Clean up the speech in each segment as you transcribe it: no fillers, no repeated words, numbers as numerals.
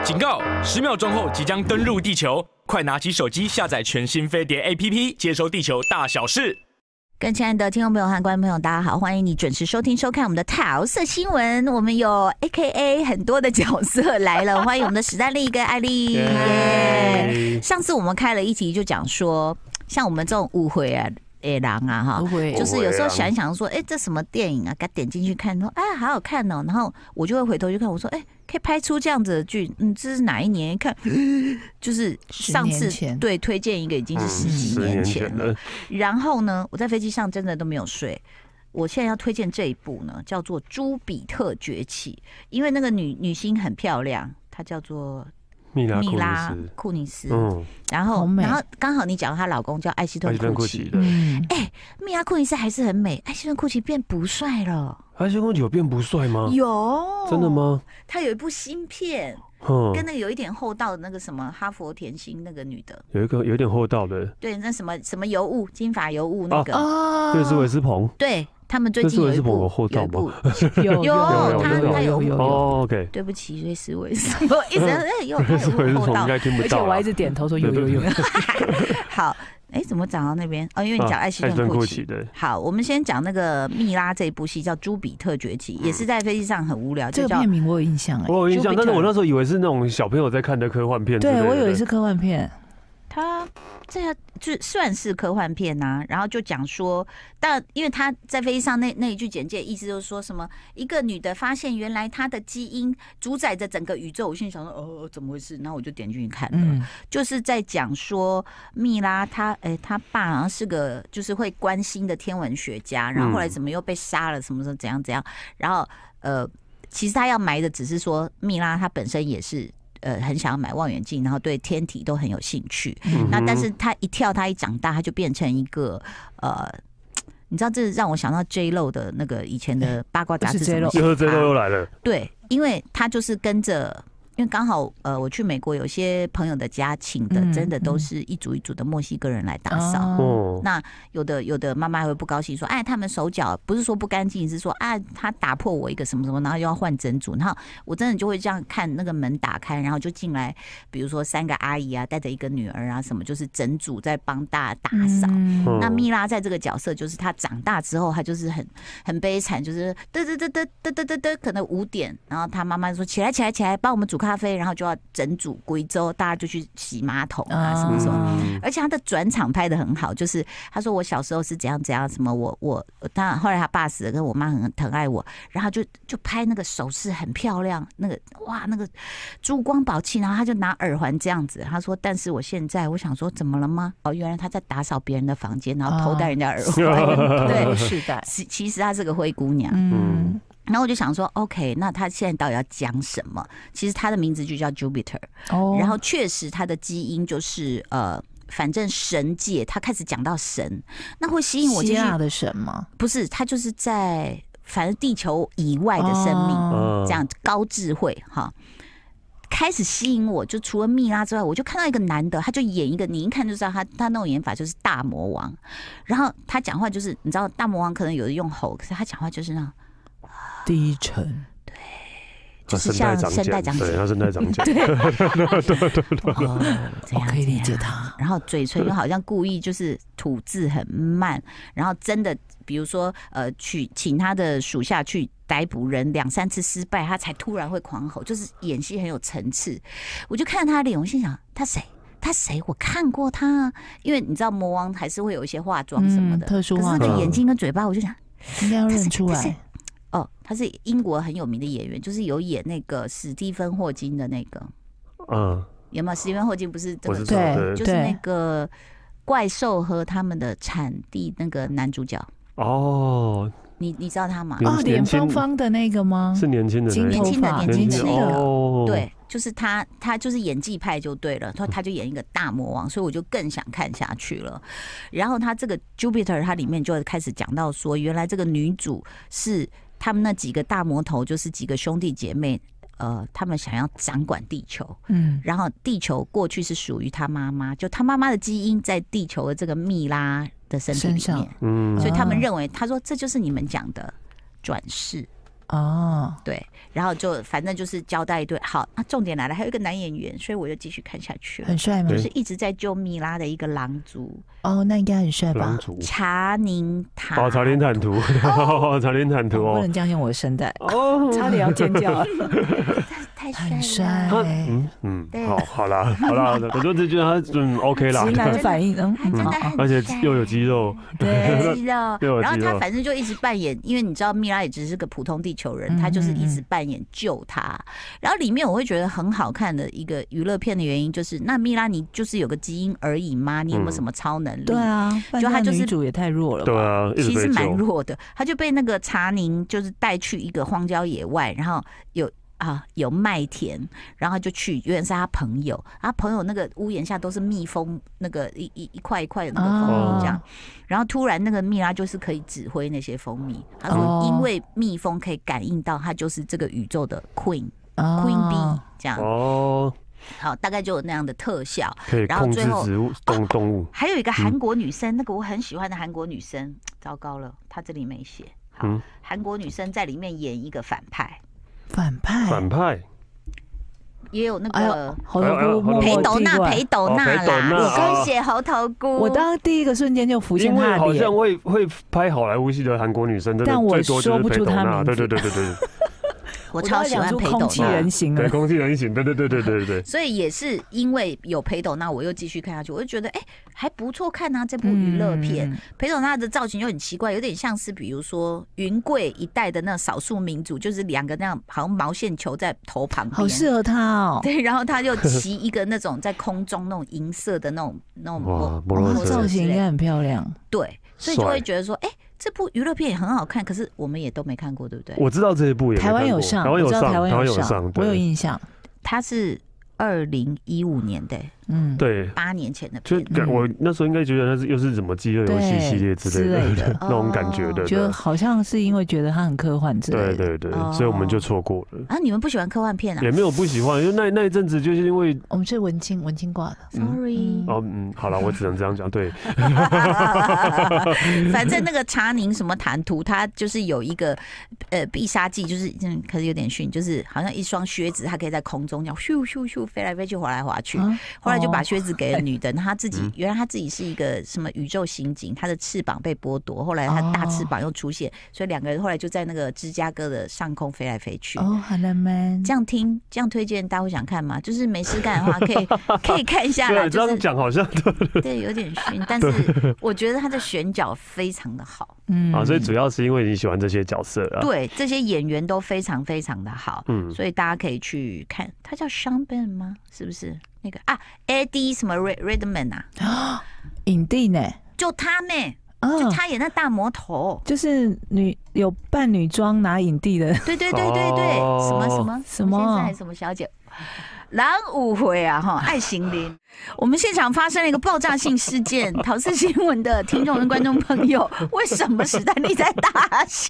警告！10秒钟后即将登陆地球，快拿起手机下载全新飞碟 APP， 接收地球大小事。 各位亲爱的听众朋友和观众朋友，大家好，欢迎你准时收听收看我们的桃色新闻。我们有 AKA 很多的角色来了，欢迎我们的史丹利跟艾丽。上次我们开了一集，就讲说，像我们这种误会啊。狼啊哈，就是有时候想一想说，这什么电影啊？给点进去看，说好好看哦。然后我就会回头去看，我说，可以拍出这样子的剧，这是哪一年？看，就是上次对推荐一个已经是10几年前了。然后呢，我在飞机上真的都没有睡。我现在要推荐这一部呢，叫做《朱比特崛起》，因为那个女星很漂亮，她叫做。 蜜拉库尼斯，然后刚好你讲到她老公叫艾希顿库奇，蜜拉库尼斯还是很美，艾希顿库奇变不帅了。 艾希顿库奇有变不帅吗？ 有，真的吗？ 他有一部新片，跟那个有一点厚道的那个什么哈佛甜心那个女的， 有点厚道的， 对，那什么尤物金发尤物那个， 对，是韦斯彭， 对。他们最近有一部，有他有哦 ，OK， 对不起，瑞士为什么一直有厚道， 而且我还一直点头说有。 好，怎么讲到那边？因为你讲艾希顿库奇。好，我们先讲那个蜜拉这一部戏叫《朱比特崛起》，也是在飞机上很无聊。 这个片名我有印象， 我有印象，但是我那时候以为是那种小朋友在看的科幻片。 对，我以为是科幻片。 他这就算是科幻片啊，然后就讲说，但因为他在飞机上那一句简介，意思就是说什么一个女的发现原来她的基因主宰着整个宇宙，我心里想说怎么回事？然后我就点进去看了，就是在讲说蜜拉她爸好像是个就是会观星的天文学家，然后后来怎么又被杀了，什么时候怎样，然后其实他要埋的只是说蜜拉她本身也是。很想要买望远镜，然后对天体都很有兴趣。那但是他一长大，他就变成一个你知道，这让我想到 J.Lo 的那个以前的八卦杂志什么 ，J.Lo 又来了。 对，因为他就是跟着。因为刚好我去美国，有些朋友的家请的真的都是一组一组的墨西哥人来打扫。那有的妈妈还会不高兴说，他们手脚不是说不干净，是说他打破我一个什么什么，然后又要换整组。然后我真的就会这样看那个门打开，然后就进来，比如说3个阿姨啊，带着一个女儿啊，什么就是整组在帮大家打扫。那蜜拉在这个角色就是她长大之后，她就是很悲惨，就是可能5点，然后她妈妈说起来，帮我们煮咖啡，然后就要整组贵州，大家就去洗马桶啊什么什么，而且他的转场拍得很好，就是他说我小时候是怎样什么，他后来他爸死了，跟我妈很疼爱我，然后就拍那个手势很漂亮，那个哇那个珠光宝气，然后他就拿耳环这样子，他说但是我现在我想说怎么了吗？原来他在打扫别人的房间，然后偷戴人家耳环，对， 是的， 其实她是个灰姑娘，然后我就想说 ，OK， 那他现在到底要讲什么？其实他的名字就叫 Jupiter，然后确实他的基因就是反正神界，他开始讲到神，那会吸引我。 希腊的神吗？ 不是，他就是在反正地球以外的生命，这样高智慧哈。开始吸引我，就除了蜜拉之外，我就看到一个男的，他就演一个，你一看就知道他那种演法就是大魔王，然后他讲话就是你知道大魔王可能有的用吼，可是他讲话就是那种。 低沉， 对，就是像声带长茧， 对，他声带长茧， 对， 我可以理解他。 然后嘴唇又好像故意就是吐字很慢，然后真的，比如说请他的属下去逮捕人2、3次失败，他才突然会狂吼，就是演戏很有层次。我就看他的脸，我心想他谁？我看过他，因为你知道魔王还是会有一些化妆什么的， 特殊化妆， 可是那个眼睛跟嘴巴，我就想应该要认出来。 他是英国很有名的演员，就是有演那个史蒂芬霍金的那个，有没有？史蒂芬霍金不是这个， 对， 就是那个怪兽和他们的产地那个男主角。你知道他吗？ 脸方方的那个吗？ 是年轻的那个，对，就是他就是演技派就对了，他就演一个大魔王，所以我就更想看下去了。然后他这个 Jupiter， 他里面就开始讲到说，原来这个女主是他们那几个大魔头，就是几个兄弟姐妹。他们想要掌管地球，然后地球过去是属于他妈妈，就他妈妈的基因在地球的这个蜜拉的身体里面，所以他们认为，他说这就是你们讲的转世， 哦， 对，然后就反正就是交代一堆。好，那重点来了，还有一个男演员，所以我就继续看下去了。 很帅吗？ 就是一直在救蜜拉的一个狼族。 哦，那应该很帅吧狼？族查宁塔。 哦，查林坦图，查林坦图哦， 不能这样用我的声带， 哦， 差点要尖叫了。 太很帅了。 帅， 对好啦，我就觉得他OK 啦， 直男反应， 他真的很而且帅又有肌肉， 对，肌肉。 又有肌肉然后他反正就一直扮演，因为你知道蜜拉也只是个普通地球人，他就是一直扮演救他。然后里面我会觉得很好看的一个娱乐片的原因，就是那蜜拉你就是有个基因而已嘛，你有没有什么超能力？ 对啊， 就他就是女主也太弱了吧？ 对啊，一直其实蛮被救， 弱的，他就被那个查宁就是带去一个荒郊野外，然后有麦田，然后就去，原来是他朋友，他朋友那个屋檐下都是蜜蜂，那个一块一块的那个蜂蜜这样，然后突然那个蜜拉就是可以指挥那些蜂蜜，他说因为蜜蜂可以感应到他就是这个宇宙的 queen bee 这样，好，大概就有那样的特效， 可以然后控制最后植物动物， 还有一个韩国女生，那个我很喜欢的韩国女生，糟糕了，她这里没写。好，韩国女生在里面演一个反派， 反派也有那个猴头菇裴斗娜啦， 我刚写猴头菇， 我当第一个瞬间就浮现因为他的脸， 好像会拍好莱坞戏的韩国女生，真的但我最多就是裴斗娜，对， 我超喜欢裴斗空气娜， 人形对，空气人形，对， 所以也是因为有裴斗娜，我又继续看下去，我就觉得还不错看啊，这部娱乐片。裴斗娜的造型又很奇怪，有点像是比如说云贵一带的那少数民族，就是两个那样好像毛线球在头旁边， 好适合他哦。 对，然后他就骑一个那种在空中那种银色的那种摩托车造型应该很漂亮。 对，所以就会觉得说，这部娱乐片也很好看，可是我们也都没看过，对不对？ 我知道这一部也台湾有上，我知道台湾有上，我有印象。 它是2015年的， 对 ，8年前的片。 就我那时候应该觉得那是又是什么饥饿游戏系列之类的那种感觉的， 就好像是因为觉得它很科幻之类的， 对，所以我们就错过了。 啊，你们不喜欢科幻片啊？ 也没有不喜欢，因为那一阵子就是因为我们是文青挂的。 Sorry。 好了，我只能这样讲，对。 反正那个查宁什么坦图，他就是有一个必杀技，就是可是有点逊，就是好像一双靴子，它可以在空中这样咻咻咻飞来飞去，滑来滑去。后来就把靴子给了女的，他自己原来他自己是一个什么宇宙刑警，他的翅膀被剥夺，后来他大翅膀又出现，所以两个人后来就在那个芝加哥的上空飞来飞去。 好浪漫。 这样推荐，大家会想看吗？就是没事干的话，可以看一下啦。 对，这样讲好像对，有点逊，但是我觉得他的选角非常的好。 所以主要是因为你喜欢这些角色啊。 对，这些演员都非常非常的好，所以大家可以去看。他叫 Sean Penn 吗？是不是那个Eddie 什么 Redmayne 啊？ 影帝呢？ 就他呢？就他演那大魔头， 就是有扮女装拿影帝的。 对，什么先生还是什么小姐？狼舞会啊，爱心灵。我们现场发生了一个爆炸性事件，桃色新闻的听众跟观众朋友，为什么史丹利在大笑？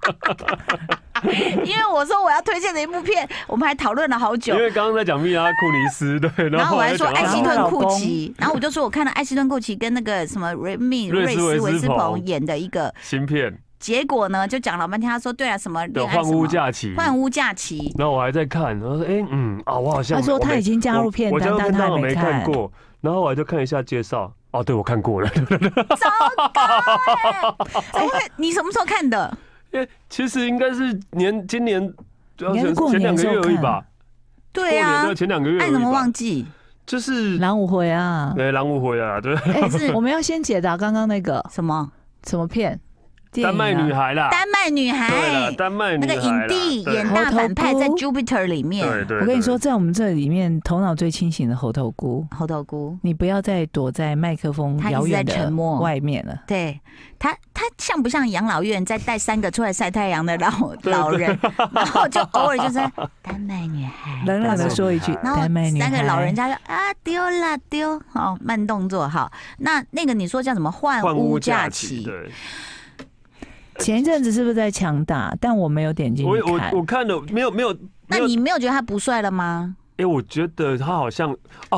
因为我说我要推荐的一部片，我们还讨论了好久。 因为刚刚在讲蜜拉库尼斯，对， 然后我还说艾希顿库奇，然后我就说我看了艾希顿库奇跟那个什么瑞斯维斯彭演的一个新片。 结果呢，就讲老半天，他说对啊，什么恋爱换屋假期， 然后我还在看，然后说我好像他说他已经加入片单，但他没看过，然后我就看一下介绍，对我看过了， 糟糕你什么时候看的？ 其实应该是今年前2个月而已吧。 对啊， 前2个月。 爱怎么忘记？ 就是狼舞会啊， 对，狼舞会啊，对。 是我们要先解答刚刚那个什么片？ 丹麦女孩啦， 丹麦女孩， 对了，丹麦女孩那个影帝演大反派在 Jupiter 里面。 对， 我跟你说，在我们这里面头脑最清醒的猴头菇， 你不要再躲在麦克风遥远的外面了。 对，他像不像养老院在带3个出来晒太阳的老人，然后就偶尔就在丹麦女孩， 冷冷的说一句， 然后丹麦女孩， 3个老人家就丢了丢，好慢动作好。那个你说叫什么换屋假期？ 对。 前一阵子是不是在强打？但我没有点进去看。 我看了，没有。 那你没有觉得他不帅了吗？ 我觉得他好像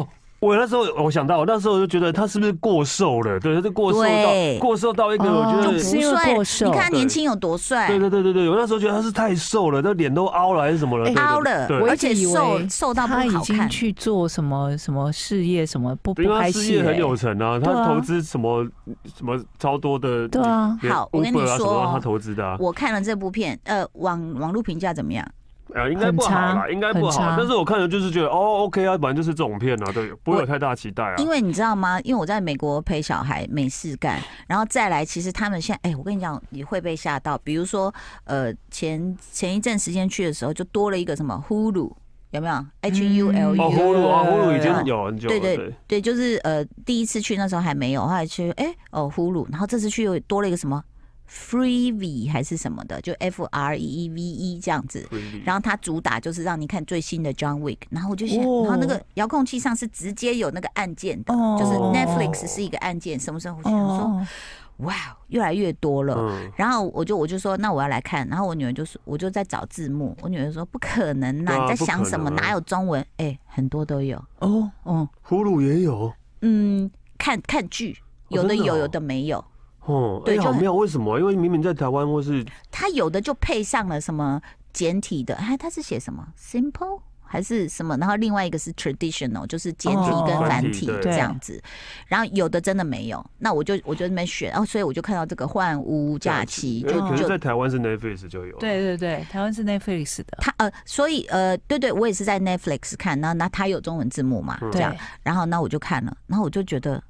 我那时候我想到，我那时候就觉得他是不是过瘦了？对，他是过瘦到一个，我觉得不是因为过瘦， 你看他年轻有多帅。 对，我那时候觉得他是太瘦了，他脸都凹了还是什么了？ 凹了，而且瘦到不好看。 他已经去做什么事业，什么不拍戏， 因为他事业很有成啊，他投资什么超多的。 对啊， 好，我跟你说， 他投资的啊。 我看了这部片，网络评价怎么样？ 应该不好啦，应该不好。但是我看了就是觉得，OK 啊，反正就是这种片啊，对，不会有太大期待啊。 因为你知道吗？因为我在美国陪小孩没事干，然后再来，其实他们现在，我跟你讲，你会被吓到。比如说，前一阵时间去的时候，就多了一个什么 Hulu。有没有 HULU？ Hulu 已经有很久了。 对，就是第一次去那时候还没有，后来去Hulu， 然后这次去又多了一个什么 Freevee 还是什么的，就 FREEVE 这样子。然后它主打就是让你看最新的 John Wick， 然后我就想，然后那个遥控器上是直接有那个按键的，就是 Netflix 是一个按键，什么时候我想说。哇，越来越多了。然后我就说，那我要来看。然后我女儿就说，我就在找字幕。我女儿说，不可能啦，你在想什么？哪有中文？很多都有。 Hulu 也有。 看剧，有的有，有的没有。 对，好妙，为什么？因为明明在台湾或是它有的就配上了什么简体的，它是写什么 simple。还是什么，然后另外一个是 traditional， 就是简体跟繁体这样子，然后有的真的没有，那我就那边选，所以我就看到这个换屋假期， 可是在台湾是 Netflix 就有， 对，台湾是 Netflix 的， 所以对，我也是在 Netflix 看，那它有中文字幕嘛，这样，然后那我就看了，然后我就觉得。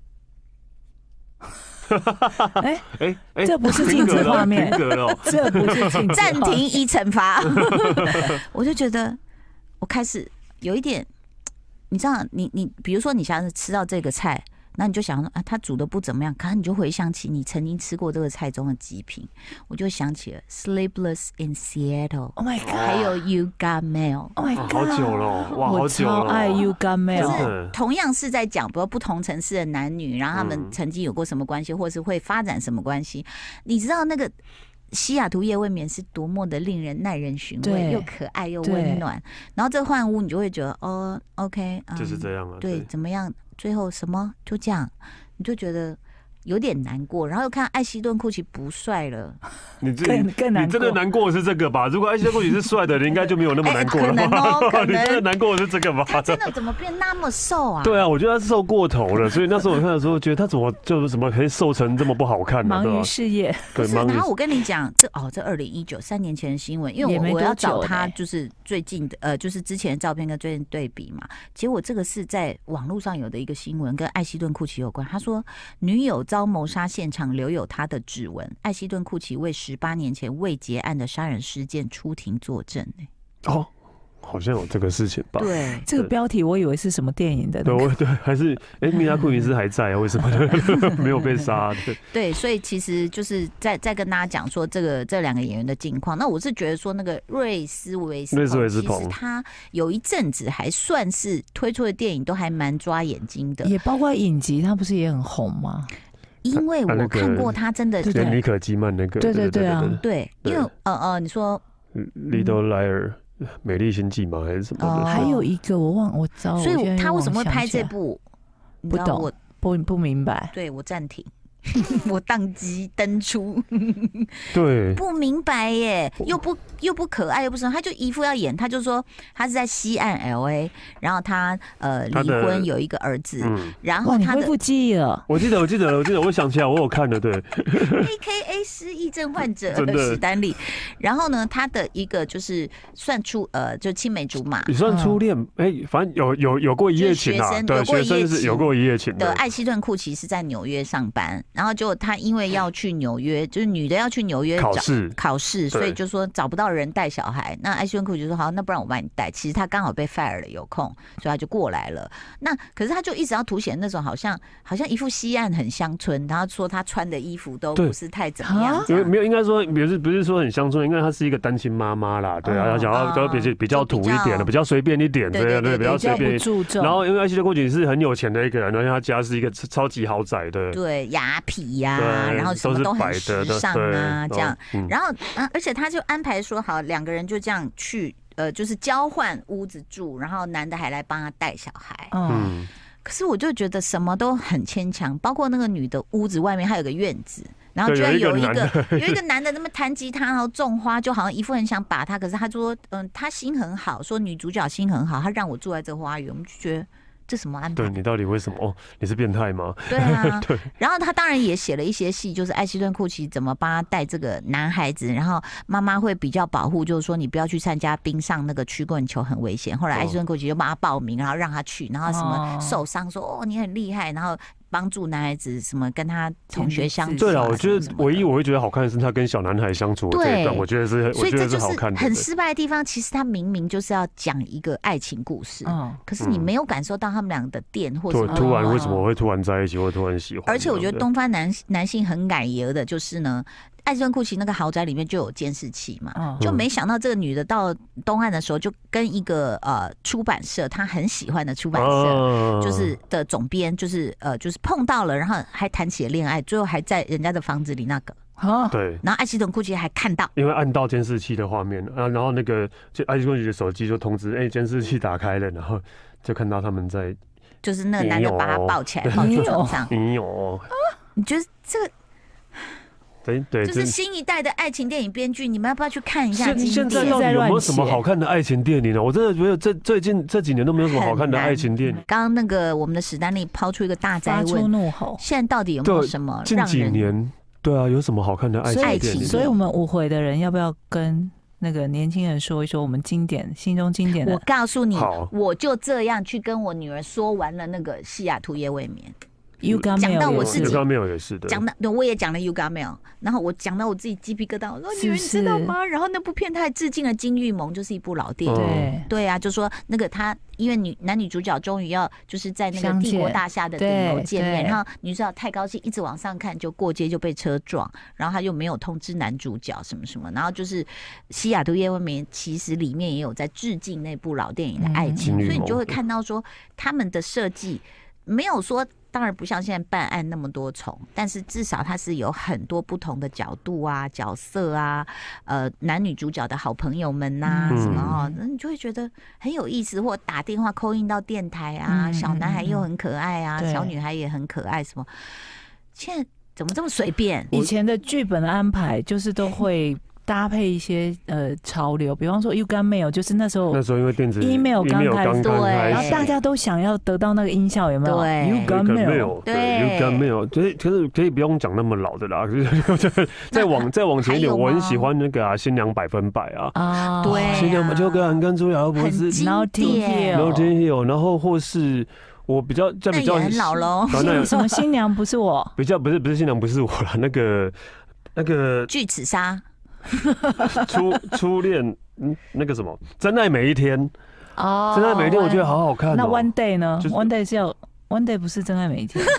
这不是禁止画面，这不是禁止， 暂停以惩罚。我就觉得。我开始有一点，你知道，你比如说你想吃到这个菜，那你就想说他煮的不怎么样，可是你就回想起你曾经吃过这个菜中的极品，我就想起了 Sleepless in Seattle，Oh my god， 还有 You Got Mail，Oh my god， 好久了，哇，好久了， 我超爱 You Got Mail， 就是同样是在讲不同城市的男女，然后他们曾经有过什么关系，或是会发展什么关系，你知道那个。西雅图夜未眠是多么的令人耐人寻味，又可爱又温暖。然后这换屋你就会觉得OK， 就是这样啊。 对，怎么样？最后什么就这样，你就觉得有点难过。然后又看艾希顿·库奇不帅了， 你更难过。 你真的难过的是这个吧？如果艾希顿·库奇是帅的，你应该就没有那么难过了吧？ 你真的难过的是这个吧？ 他真的怎么变那么瘦啊？ 对啊，我觉得他瘦过头了，所以那时候我看的时候，觉得他怎么可以瘦成这么不好看呢？ 忙于事业， 对，然后我跟你讲，这2019 3年前的新闻，因为我要找他就是最近的就是之前的照片跟最近对比嘛。结果这个是在网络上有的一个新闻，跟艾希顿·库奇有关。他说女友遭谋杀现场留有他的指纹，艾希顿·库奇为18年前未结案的杀人事件出庭作证。 好像有这个事情吧？ 对， 这个标题我以为是什么电影的。 对，还是米拉库尼斯还在啊？为什么没有被杀？ 对，所以其实就是在跟大家讲说这两个演员的近况。那我是觉得说那个瑞斯维斯彭，其实他有一阵子还算是推出的电影都还蛮抓眼睛的， 也包括影集，他不是也很红吗？ 因为我看过他真的是尼可基曼那个， 对啊， 对，因为你说 Little Liar。美丽心计吗？还是什么的？ 还有一个我知道， 所以他为什么会拍这部？ 不懂，不明白。 对，我暂停。我宕机登出， 对， 不明白耶，又不可爱，又不是，他就一副要演，他就说他是在西岸 LA， 然后他离婚有一个儿子，然后他恢复记忆了， 我记得，我想起来，我有看的，对 ，AKA 失忆症患者史丹利，然后呢，他的一个就是算出就青梅竹马， 你算初恋，反正有过一夜情啊，对，学生是有过一夜情的。艾希顿·库奇是在纽约上班。然后就他因为要去纽约，就是女的要去纽约考试，所以就说找不到人带小孩。那艾希顿·库奇就说好，那不然我帮你带。其实他刚好被 fire 了，有空，所以他就过来了。那可是他就一直要凸显那种好像一副西岸很乡村，然后说他穿的衣服都不是太怎么样。 没有，应该说不是说很乡村，因为他是一个单亲妈妈啦，对啊，想要比较土一点的，比较随便一点，对，比较随便。然后因为艾希顿·库奇是很有钱的一个人，然后他家是一个超级豪宅的， 对，雅痞呀，然后什么都很时尚啊，这样。然后而且他就安排说好，两个人就这样去，就是交换屋子住，然后男的还来帮他带小孩。 可是我就觉得什么都很牵强，包括那个女的屋子外面还有个院子，然后居然有一个男的那么弹吉他，然后种花，就好像一副很想把他，可是他说他心很好，说女主角心很好，他让我住在这花园，我们就觉得。这什么安排？ 对你到底为什么？哦，你是变态吗？ 对啊，对。然后他当然也写了一些戏，就是艾希顿库奇怎么帮他带这个男孩子，然后妈妈会比较保护，就是说你不要去参加冰上那个曲棍球很危险。后来艾希顿库奇就帮他报名，然后让他去，然后什么受伤说哦你很厉害，然后帮助男孩子什么跟他同学相处。 对了，我觉得唯一我会觉得好看的是他跟小男孩相处的这一段，我觉得是， 所以这就是很很失败的地方。其实他明明就是要讲一个爱情故事，可是你没有感受到他们俩的电或什么。 突然为什么会突然在一起，或突然喜欢？ 而且我觉得东方男性很感爷的，就是呢。艾希顿库奇那个豪宅里面就有监视器嘛，就没想到这个女的到东岸的时候，就跟一个出版社，她很喜欢的出版社，就是的总编，就是碰到了，然后还谈起了恋爱，最后还在人家的房子里那个。 对， 然后艾希顿库奇还看到， 因为按到监视器的画面啊，然后那个艾希顿库奇的手机就通知，监视器打开了，然后就看到他们在， 就是那个男的把他抱起来放在床上，你觉得这个？ 对， 就是新一代的爱情电影编剧，你们要不要去看一下？ 现在到底有没有什么好看的爱情电影呢？我真的觉得最近这几年都没有什么好看的爱情电影。 刚刚那个我们的史丹利抛出一个大哉问， 发出怒吼。 现在到底有没有什么近几年？对啊，有什么好看的爱情电影？ 所以我们误会的人要不要跟那个年轻人说一说我们心中经典的？ 我告诉你，我就这样去跟我女儿说完了那个西雅图夜未眠。讲到我自己 ，You Got Mail 也是的。 讲到我也讲了 You Got Mail， 然后我讲到我自己鸡皮疙瘩，我说女人知道吗？然后那部片它还致敬了金玉盟，就是一部老电影。对啊，就说那个他因为男女主角终于要就是在那个帝国大厦的顶楼见面，然后女主角太高兴，一直往上看，就过街就被车撞，然后他又没有通知男主角什么什么，然后就是西雅图夜未眠，其实里面也有在致敬那部老电影的爱情，所以你就会看到说他们的设计没有说。当然不像现在办案那么多重，但是至少它是有很多不同的角度啊、角色啊、男女主角的好朋友们呐、什么你就会觉得很有意思。或打电话call in到电台啊，小男孩又很可爱啊，小女孩也很可爱，什么现在怎么这么随便？ 以前的剧本的安排就是都会。搭配一些潮流，比方说 You Got Mail， 就是那时候因为电子 email 刚开始， 对， 然后大家都想要得到那个音效，有没有？ 对 ，You Got Mail， 对 ，You Got Mail， 对，可是可以不用讲那么老的啦，再往前一点，我很喜欢那个新娘100%啊， 对， 新娘就跟茱莉亚·博士 ，Notting Hill， 然后或是。我比较很老喽， 什么新娘不是我？ 不是新娘不是我啦，那个巨齿鲨。 初恋，那个什么，真爱每一天真爱每一天，我觉得好好看。 那 One Day 呢？One Day 是要 One Day 不是真爱每一天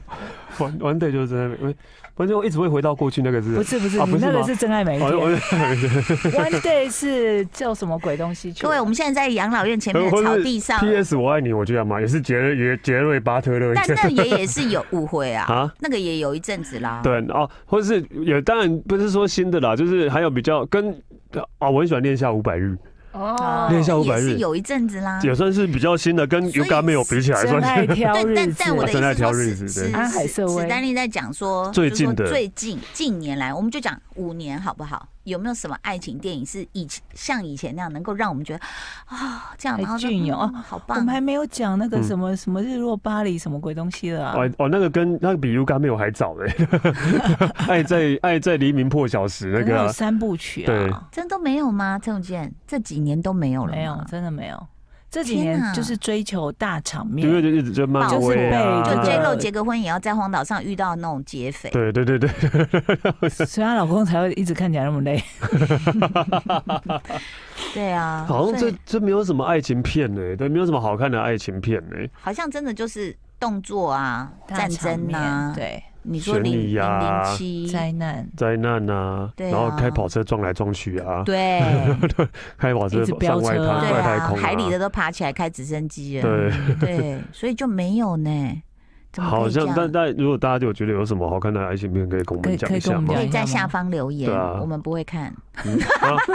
，One Day 就是真爱每。反正我一直会回到过去那个字， 不是，你那个是真爱每一天。One Day 是叫什么鬼东西？ 各位，我们现在在养老院前面的草地上。 P.S. 我爱你，我觉得嘛，也是杰瑞巴特勒。 但那也是有误会啊，那个也有一阵子啦。 对哦，或者是也当然不是说新的啦，就是还有比较跟我很喜欢恋夏500日。恋夏500日是有一阵子啦， 也算是比较新的，跟 You Got Mail 比起来算是。 对，但我的意思说， 安海瑟薇、 史丹利在讲说， 最近年来，我们就讲5年好不好？有没有什么爱情电影是像以前那样能够让我们觉得这样，然后隽永好棒？ 我们还没有讲那个什么日落巴黎什么鬼东西的啊？ 那个比 You Got Mail 还早嘞，爱在黎明破晓时那个 3部曲啊， 对， 真都没有吗？郑永健这几年都没有了， 没有，真的没有。这几年就是追求大场面， 就一直就漫威啊， 就 J.Lo 结个婚也要在荒岛上遇到那种劫匪， 对， 所以她老公才会一直看起来那么累。 对啊， 好像这没有什么爱情片呢，对，没有什么好看的爱情片呢， 好像真的就是动作啊、战争啊， 对。 你说007 灾难啊，然后开跑车撞来撞去啊， 对， 开跑车上外太空， 海里的都爬起来开直升机了，对，所以就没有呢。 好像但如果大家有觉得有什么好看的爱情片，可以跟我们讲一下吗？ 可以在下方留言，我们不会看。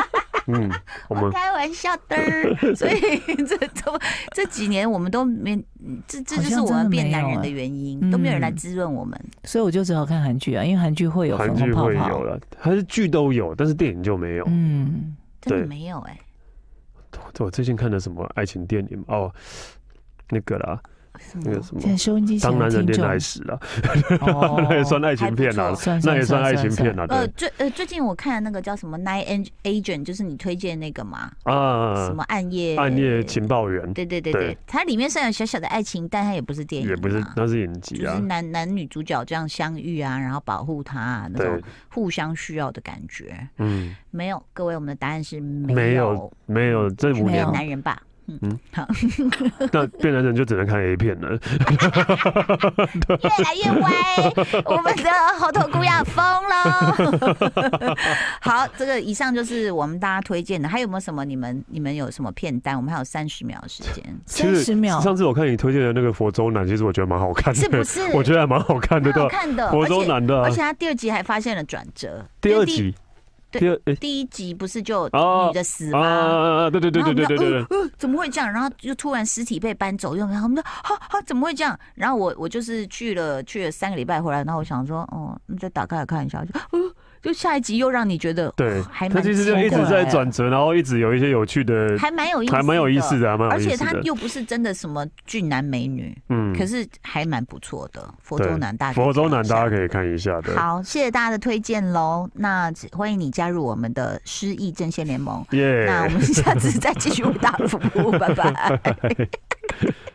我开玩笑的，所以这几年我们都没，这就是我们变男人的原因，都没有人来滋润我们， 所以我就只好看韩剧啊，因为韩剧会有粉红泡泡， 韩剧会有了，还是剧都有，但是电影就没有。 真的没有哎。 我最近看的什么爱情电影哦，那个啦。那个什么， 现在收音机当男人恋爱时啦，那也算爱情片啦，那也算爱情片啦。 最近我看的那个叫什么《Night Agent》，就是你推荐那个嘛，什么暗夜情报员， 对，它里面虽然有小小的爱情，但它也不是电影， 也不是，那是影集啊， 就是男女主角这样相遇啊，然后保护他那种互相需要的感觉。没有，各位，我们的答案是没有， 这5年男人吧。好， 那变男人就只能看 A 片了， 越来越歪，我们的猴头菇要疯了。好，这个以上就是我们大家推荐的，还有没有什么你们有什么片单？我们还有30秒的时间 ，30秒。 上次我看你推荐的那个佛州男，其实我觉得蛮好看的， 是不是？ 我觉得还蛮好看的， 好看的佛州男的， 而且他第2集还发现了转折。 第2集。 第1集不是就女的死吗？ 对， 怎么会这样？然后就突然尸体被搬走，然后我们说怎么会这样？然后我就是去了3个礼拜回来，然后我想说那就打开来看一下，就下一集又让你觉得对， 还蛮， 他其实就一直在转折，然后一直有一些有趣的， 还蛮有意思的， 而且他又不是真的什么俊男美女，可是还蛮不错的。佛州男大家可以看一下的。 好，谢谢大家的推荐喽。那欢迎你加入我们的失忆阵线联盟。那我们下次再继续为大家服务，拜拜。